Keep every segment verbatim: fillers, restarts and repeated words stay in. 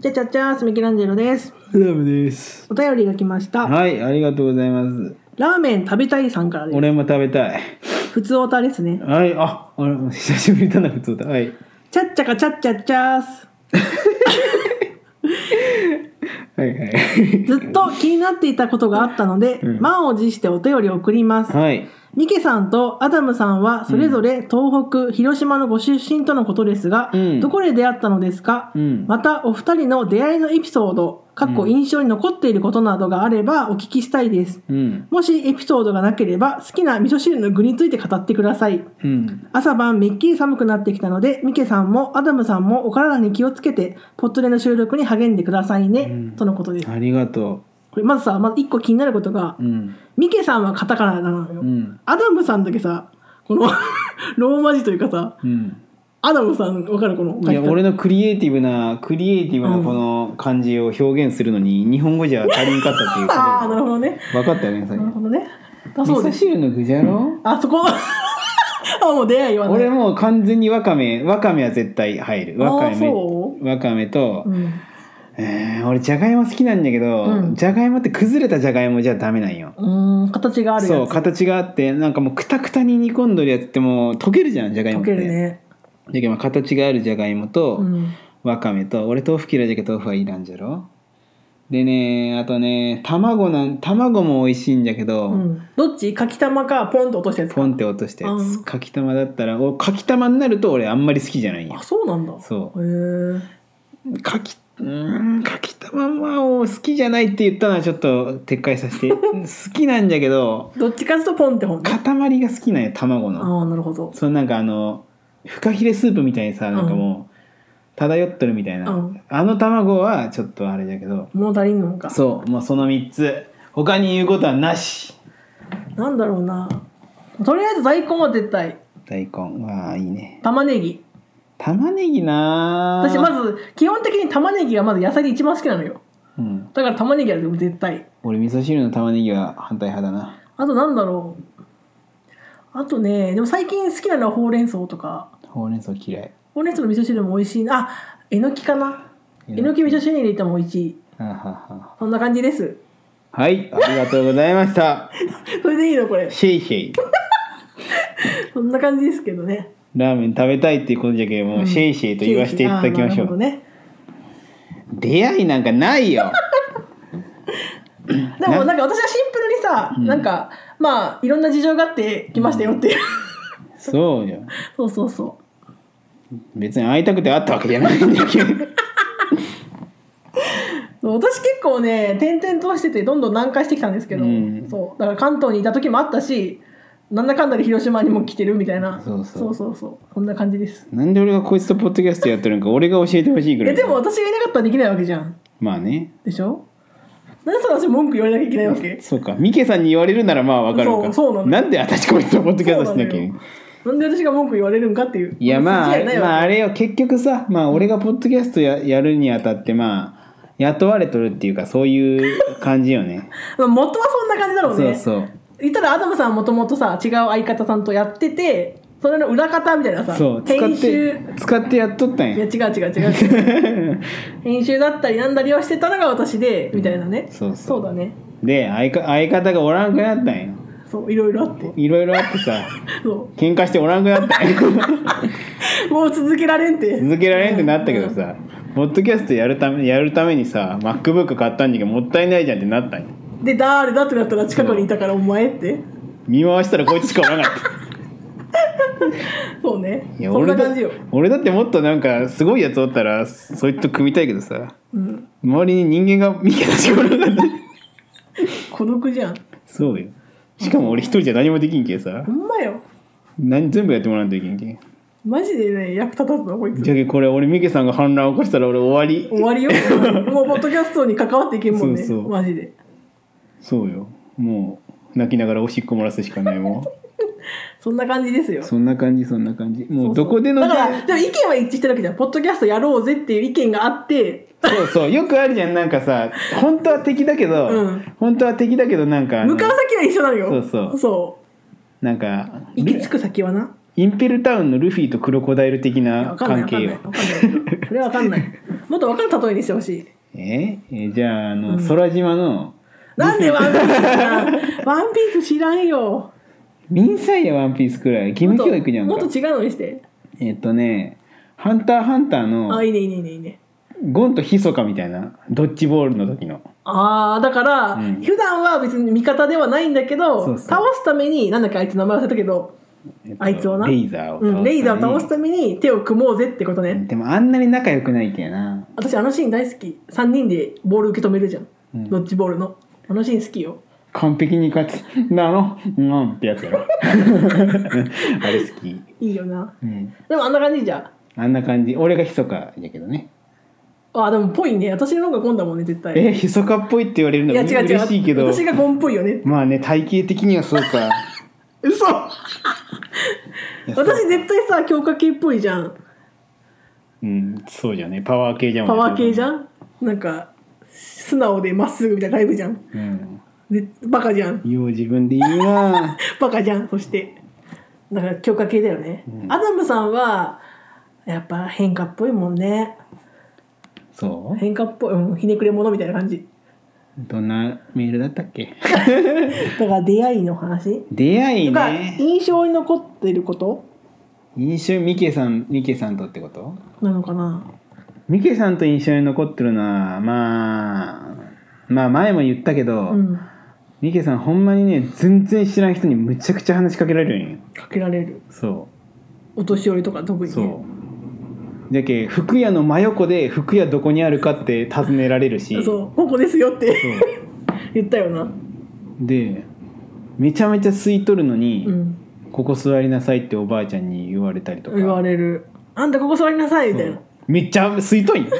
ちゃちゃちゃーす、ミケランジェロです。 ラムです。 お便りが来ました。 はい、ありがとうございます。 ラーメン食べたいさんからです。 俺も食べたい。 ふつおたですね。 はい、あ、あれ久しぶりだな、ふつおた。はい。 ちゃっちゃかちゃっちゃっちゃーす。 はいはい。 ずっと気になっていたことがあったので、うん、満を持してお便りを送ります。 はい。 ミケさんとアダムさんはそれぞれ東北、うん、広島のご出身とのことですが、うん、どこで出会ったのですか、うん、またお二人の出会いのエピソード、かっこ印象に残っていることなどがあればお聞きしたいです、うん、もしエピソードがなければ好きな味噌汁の具について語ってください、うん、朝晩めっきり寒くなってきたのでミケさんもアダムさんもお体に気をつけてポッドでの収録に励んでくださいね、うん、とのことです。 ありがとう。 これまずさ、まずいっこ気になることが、うん、ミケさんはカタカナなのよ、うん、アダムさんだけさこのローマ字というかさ、うん、アダムさん分かるこのいや俺のクリエイティブなクリエイティブなこの漢字を表現するのに、うん、日本語じゃ足りんかったっていうああなるほどね分かったよね。 なるほどね。 だそうです。味噌汁の具じゃろ。 あそこあもう出会いはね。 俺もう完全にわかめわかめは絶対入る。わかめわかめと、うんえー、俺じゃがいも好きなんだけど、うん、じゃがいもって崩れたじゃがいもじゃダメなんよ。 うん形があるやつ。 そう形があってなんかもうクタクタに煮込んどるやつってもう溶けるじゃんじゃがいもって。 溶けるね。 だけど形があるじゃがいもと、うん、わかめと俺豆腐嫌いだけど豆腐はいらんじゃろ。でねあとね卵なん卵も美味しいんだけど、うん、 どっちかきたまかポンと落としたやつか。 ポンって落としたやつ。かきたまだったらかきたまになると俺あんまり好きじゃないよ。 あそうなんだ。 そうへえかきうーんかきたまは好きじゃないって言ったのはちょっと撤回させて好きなんだけどどっちかというとポンってほん塊が好きなんよ卵の。 ああなるほど。 そのなんかあのフカヒレスープみたいにさなんかもう漂っとるみたいな、うん、あの卵はちょっとあれだけどもう足りんのか。 そうもうそのみっつ他に言うことはなし。 なんだろうなとりあえず大根は絶対。 大根はいいね。 玉ねぎ玉ねぎな私まず基本的に玉ねぎがまず野菜で一番好きなのよ、うん、だから玉ねぎは絶対。 俺味噌汁の玉ねぎは反対派だな。 あとなんだろうあとねでも最近好きなのはほうれん草とか。 ほうれん草嫌い。 ほうれん草の味噌汁も美味しいなあ。えのきかなえのき味噌汁に入れても美味しい。はははそんな感じです。 はいありがとうございましたそれでいいのこれシェイシェイそんな感じですけどね。 ラーメン食べたいっていうことじゃけどもう、うん、シェイシェイと言わせていただきましょう、ね、出会いなんかないよでもなんか私はシンプルにさ、うん、なんかまあいろんな事情があって来ましたよっていう、うん、 そうよそうそうそう別に会いたくて会ったわけじゃないんだけど私結構ね転々としててどんどん南下してきたんですけど、うん、そうだから関東にいた時もあったしなんだかんだで広島にも来てるみたいな。そうそうそうそうそうこんな感じです。 なんで俺がこいつとポッドキャストやってるのか俺が教えてほしいぐらい。 えでも私がいなかったらできないわけじゃん。 まあねでしょ。なんで私文句言われなきゃいけないわけ。 そうかミケさんに言われるならまあわかるか。そうそうなんなんで私こいつとポッドキャストしなきゃいけない。 なんで私が文句言われるんかっていう。 いやまあまああれよ結局さまあ俺がポッドキャスト や, やるにあたってまあ雇われとるっていうかそういう感じよね元はそんな感じだろうね。 そうそう言ったらアダムさんはもともとさ違う相方さんとやっててそれの裏方みたいなさそう編集使ってやっとったんや。 いや違う違う違う違う編集だったりなんだりをしてたのが私で、うん、みたいなね。そうそうそうだね。 で 相, 相方がおらんくなったんや。 そういろいろあっていろいろあってさそう喧嘩しておらんくなったんやもう続けられんって続けられんってなったけどさ、うん、ポッドキャストやるためやるためにさ MacBook 買ったんじゃけどもったいないじゃんってなったんや。 で誰だってなったら近くにいたからお前って見回したらこいつしかおらなかったそうねいやそんな感じよ。 俺だってもっとなんかすごいやつおったらそいつと組みたいけどさ、うん、周りに人間が見けたしかおらなかった孤独じゃん。 そうよしかも俺一人じゃ何もできんけさほんまよ何全部やってもらわんといけんけマジでね役立たずのこいつ。 じゃけこれ俺ミケさんが反乱を起こしたら俺終わり終わりよもうポッドキャストに関わっていけんもんね。そうそうマジでそうよもう泣きながらおしっこ漏らすしかないもんそんな感じですよ。 そんな感じそんな感じもうどこでのだからでも意見は一致してるわけじゃん。ポッドキャストやろうぜっていう意見があってそうそうよくあるじゃんなんかさ本当は敵だけど、うん、本当は敵だけどなんか向かう先は一緒なのよ。 そうそうそうなんか行き着く先はなインペルタウンのルフィとクロコダイル的な関係よ。 それは分かんないもっと分かる例えにしてほしい。 ええじゃああの、うん、空島のなんでワンピースなワンピース知らんよ。 ミンサイやワンピースくらい義務教育じゃんか。 もっと違うのにして。 えっとねハンターハンターのあいいねいいねいいねいいねゴンとヒソカみたいなドッジボールの時の。 ああだから、うん、普段は別に味方ではないんだけど、そうそう倒すためになんだっけあいつ名前忘れたけど、えっと、あいつをなレイザーを倒すために、 うん、レイザーを倒すために手を組もうぜってことね。 でもあんなに仲良くないけやな。 私あのシーン大好き。さんにんでボール受け止めるじゃん、うん、ドッジボールのあのシーン好きよ。 完璧に勝つなのうんってやつやろあれ好き。 いいよな、うん、でもあんな感じじゃん。 あんな感じ。俺がヒソカやけどね。 あでもぽいね。私の方がゴンだもんね絶対。 えヒソカっぽいって言われるのは嬉しいけど、 私がゴンっぽいよね。 まあね体型的にはそうか嘘私絶対さ強化系っぽいじゃん。 うんそうじゃね。パワー系じゃん。 パワー系じゃん。なんか素直でまっすぐみたいなタイプじゃん、うん、でバカじゃん。 よう自分で言うなバカじゃん。そしてだから強化系だよね、うん、アダムさんはやっぱ変化っぽいもんね。 そう変化っぽい、うん、ひねくれ者みたいな感じ。 どんなメールだったっけだから出会いの話。 出会いね。 印象に残ってること。 印象ミケさんミケさんとってことなのかな。 ミケさんと印象に残ってるのはまあまあ前も言ったけど、うん、ミケさんほんまにね全然知らん人にむちゃくちゃ話しかけられるんよ。 かけられる。 そうお年寄りとか特にね。 そうじゃけ服屋の真横で服屋どこにあるかって尋ねられるしそうここですよって言ったよな。 でめちゃめちゃ空いとるのに、うん、ここ座りなさいっておばあちゃんに言われたりとか。 言われる。あんたここ座りなさいみたいな。 めっちゃ空いとんよ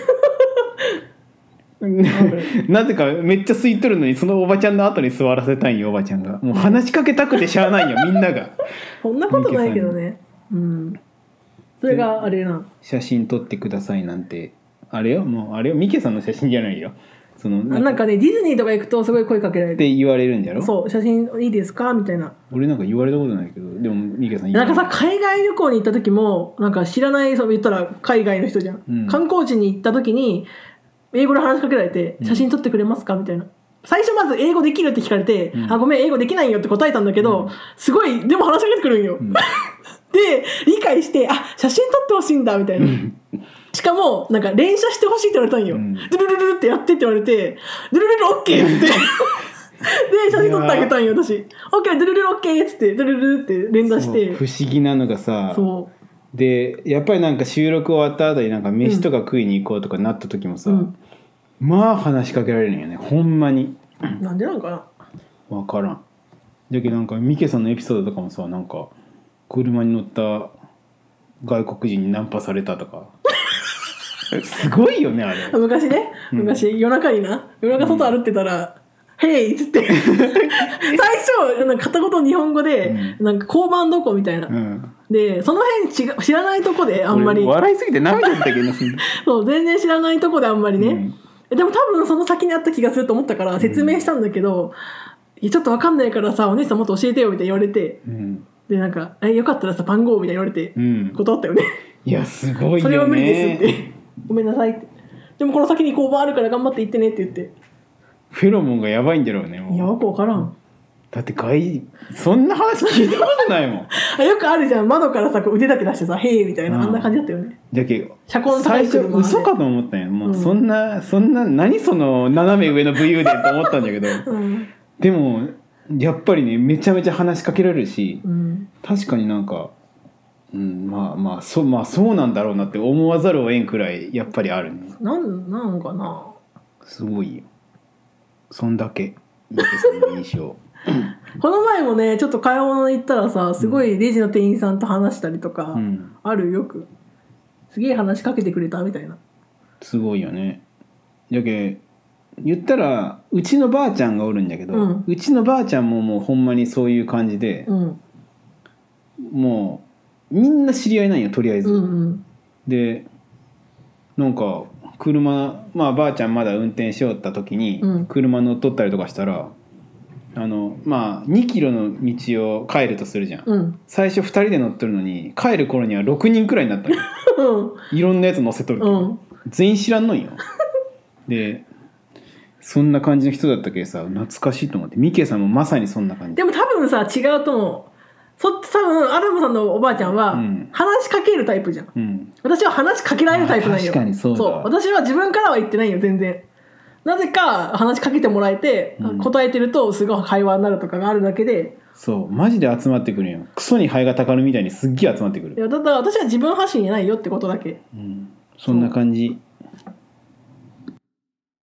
なぜかめっちゃ空いとるのにそのおばちゃんの後に座らせたいんよおばちゃんが。もう話しかけたくてしゃあないよみんながそんなことないけどね。うんそれがあれな。 写真撮ってくださいなんてあれよもうあれよミケさんの写真じゃないよ。そのなんか、なんかねディズニーとか行くとすごい声かけられるって言われるんだろ。 そう写真いいですかみたいな。 俺なんか言われたことないけどでもミケさんなんかさ海外旅行に行った時もなんか知らないそう言ったら海外の人じゃん、うん、観光地に行った時に英語で話しかけられて写真撮ってくれますかみたいな。最初まず英語できるって聞かれて、うん、あごめん英語できないよって答えたんだけど、うん、すごいでも話しかけてくるんよ、うん、で理解してあ写真撮ってほしいんだみたいなしかもなんか連写してほしいって言われたんよ、うん、ドゥルルルルってやってって言われてドゥルルルオッケーってで写真撮ってあげたんよ私。オッケードゥルルルオッケーっつってドゥルルルって連打して。 不思議なのがさそうでやっぱりなんか収録終わった後になんか飯とか食いに行こうとかなった時もさ、うん、まあ話しかけられるんよねほんまに。 なんでなんかな分からん。だけどなんかミケさんのエピソードとかもさなんか車に乗った外国人にナンパされたとかすごいよねあれ。 昔ね昔、うん、夜中にな夜中外歩ってたら、うん、ヘイっつって最初なんか片言日本語で、うん、なんか交番どこみたいな、うん、でその辺違う知らないとこであんまり笑いすぎて涙出たけどそう全然知らないとこであんまりね、うんでも多分その先にあった気がすると思ったから説明したんだけど、うん、ちょっと分かんないからさお姉さんもっと教えてよみたいに言われて、うん、でなんかえよかったらさ番号みたいに言われて、うん、断ったよね。 いやすごいよね。 それは無理ですってごめんなさいってでもこの先に交番あるから頑張って行ってねって言って。 フェロモンがやばいんだろうね。もういやよく分からん。 だって外そんな話聞いたことないもんよくあるじゃん窓からさ腕だけ出してさ「へえ」みたいな、うん、あんな感じだったよね。 だけど最初嘘かと思ったんよ。もうそんな、うん、そんな何その斜め上の武勇伝と思ったんだけど、うん、でもやっぱりねめちゃめちゃ話しかけられるし、うん、確かになんか、うん、まあまあそまあそうなんだろうなって思わざるを得んくらいやっぱりあるね。 なんなんかなすごいよそんだけミケさんの印象この前もねちょっと買い物行ったらさすごいレジの店員さんと話したりとか、うん、あるよくすげえ話しかけてくれたみたいな。 すごいよね。だけ言ったらうちのばあちゃんがおるんだけど、うん、うちのばあちゃんももうほんまにそういう感じで、うん、もうみんな知り合いなんよとりあえず、うんうん、でなんか車まあばあちゃんまだ運転しよった時に、うん、車乗っとったりとかしたらあのまあにキロの道を帰るとするじゃん、うん、最初ふたりで乗っとるのに帰る頃にはろくにんくらいになったの、うん、いろんなやつ乗せとるけど、うん、 全員知らんのんよでそんな感じの人だったけどさ懐かしいと思って。ミケさんもまさにそんな感じ。 でも多分さ違うと思う。そ多分アダムさんのおばあちゃんは、うん、話しかけるタイプじゃん、うん、私は話しかけられるタイプなんよ。 確かにそうだ。そう私は自分からは言ってないよ全然。なぜか話しかけてもらえて、うん、答えてるとすごい会話になるとかがあるだけで。 そうマジで集まってくるよ。クソにハエがたかるみたいにすっげえ集まってくる。 いやだから私は自分発信じゃないよってことだけ、 うん、そんな感じ